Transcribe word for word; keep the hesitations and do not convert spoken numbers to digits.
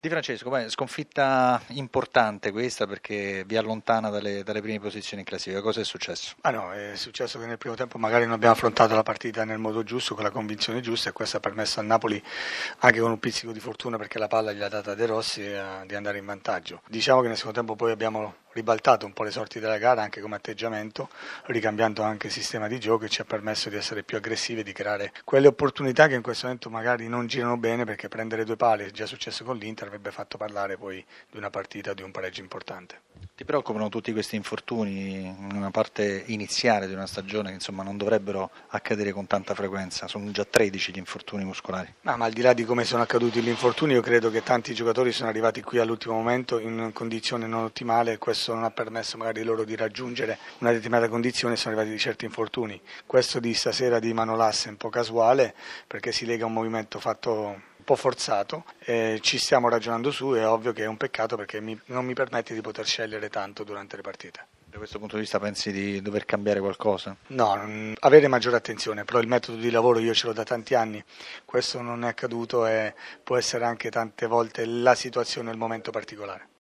Di Francesco, beh, sconfitta importante questa perché vi allontana dalle, dalle prime posizioni in classifica. Cosa è successo? Ah no, è successo che nel primo tempo magari non abbiamo affrontato la partita nel modo giusto, con la convinzione giusta e questo ha permesso al Napoli, anche con un pizzico di fortuna perché la palla gliel'ha data De Rossi, eh, di andare in vantaggio. Diciamo che nel secondo tempo poi abbiamo ribaltato un po' le sorti della gara anche come atteggiamento, ricambiando anche il sistema di gioco e ci ha permesso di essere più aggressivi e di creare quelle opportunità che in questo momento magari non girano bene perché prendere due pali, è già successo con l'Inter, avrebbe fatto parlare poi di una partita, di un pareggio importante. Ti preoccupano tutti questi infortuni in una parte iniziale di una stagione che insomma non dovrebbero accadere con tanta frequenza? Sono già tredici gli infortuni muscolari. Ma, ma al di là di come sono accaduti gli infortuni, io credo che tanti giocatori sono arrivati qui all'ultimo momento in una condizione non ottimale e questo non ha permesso magari loro di raggiungere una determinata condizione e sono arrivati di certi infortuni. Questo di stasera di Manolas è un po' casuale perché si lega a un movimento fatto un po' forzato, eh, ci stiamo ragionando su, è ovvio che è un peccato perché mi, non mi permette di poter scegliere tanto durante le partite. Da questo punto di vista pensi di dover cambiare qualcosa? No, non- avere maggiore attenzione, però il metodo di lavoro io ce l'ho da tanti anni, questo non è accaduto e può essere anche tante volte la situazione, il momento particolare.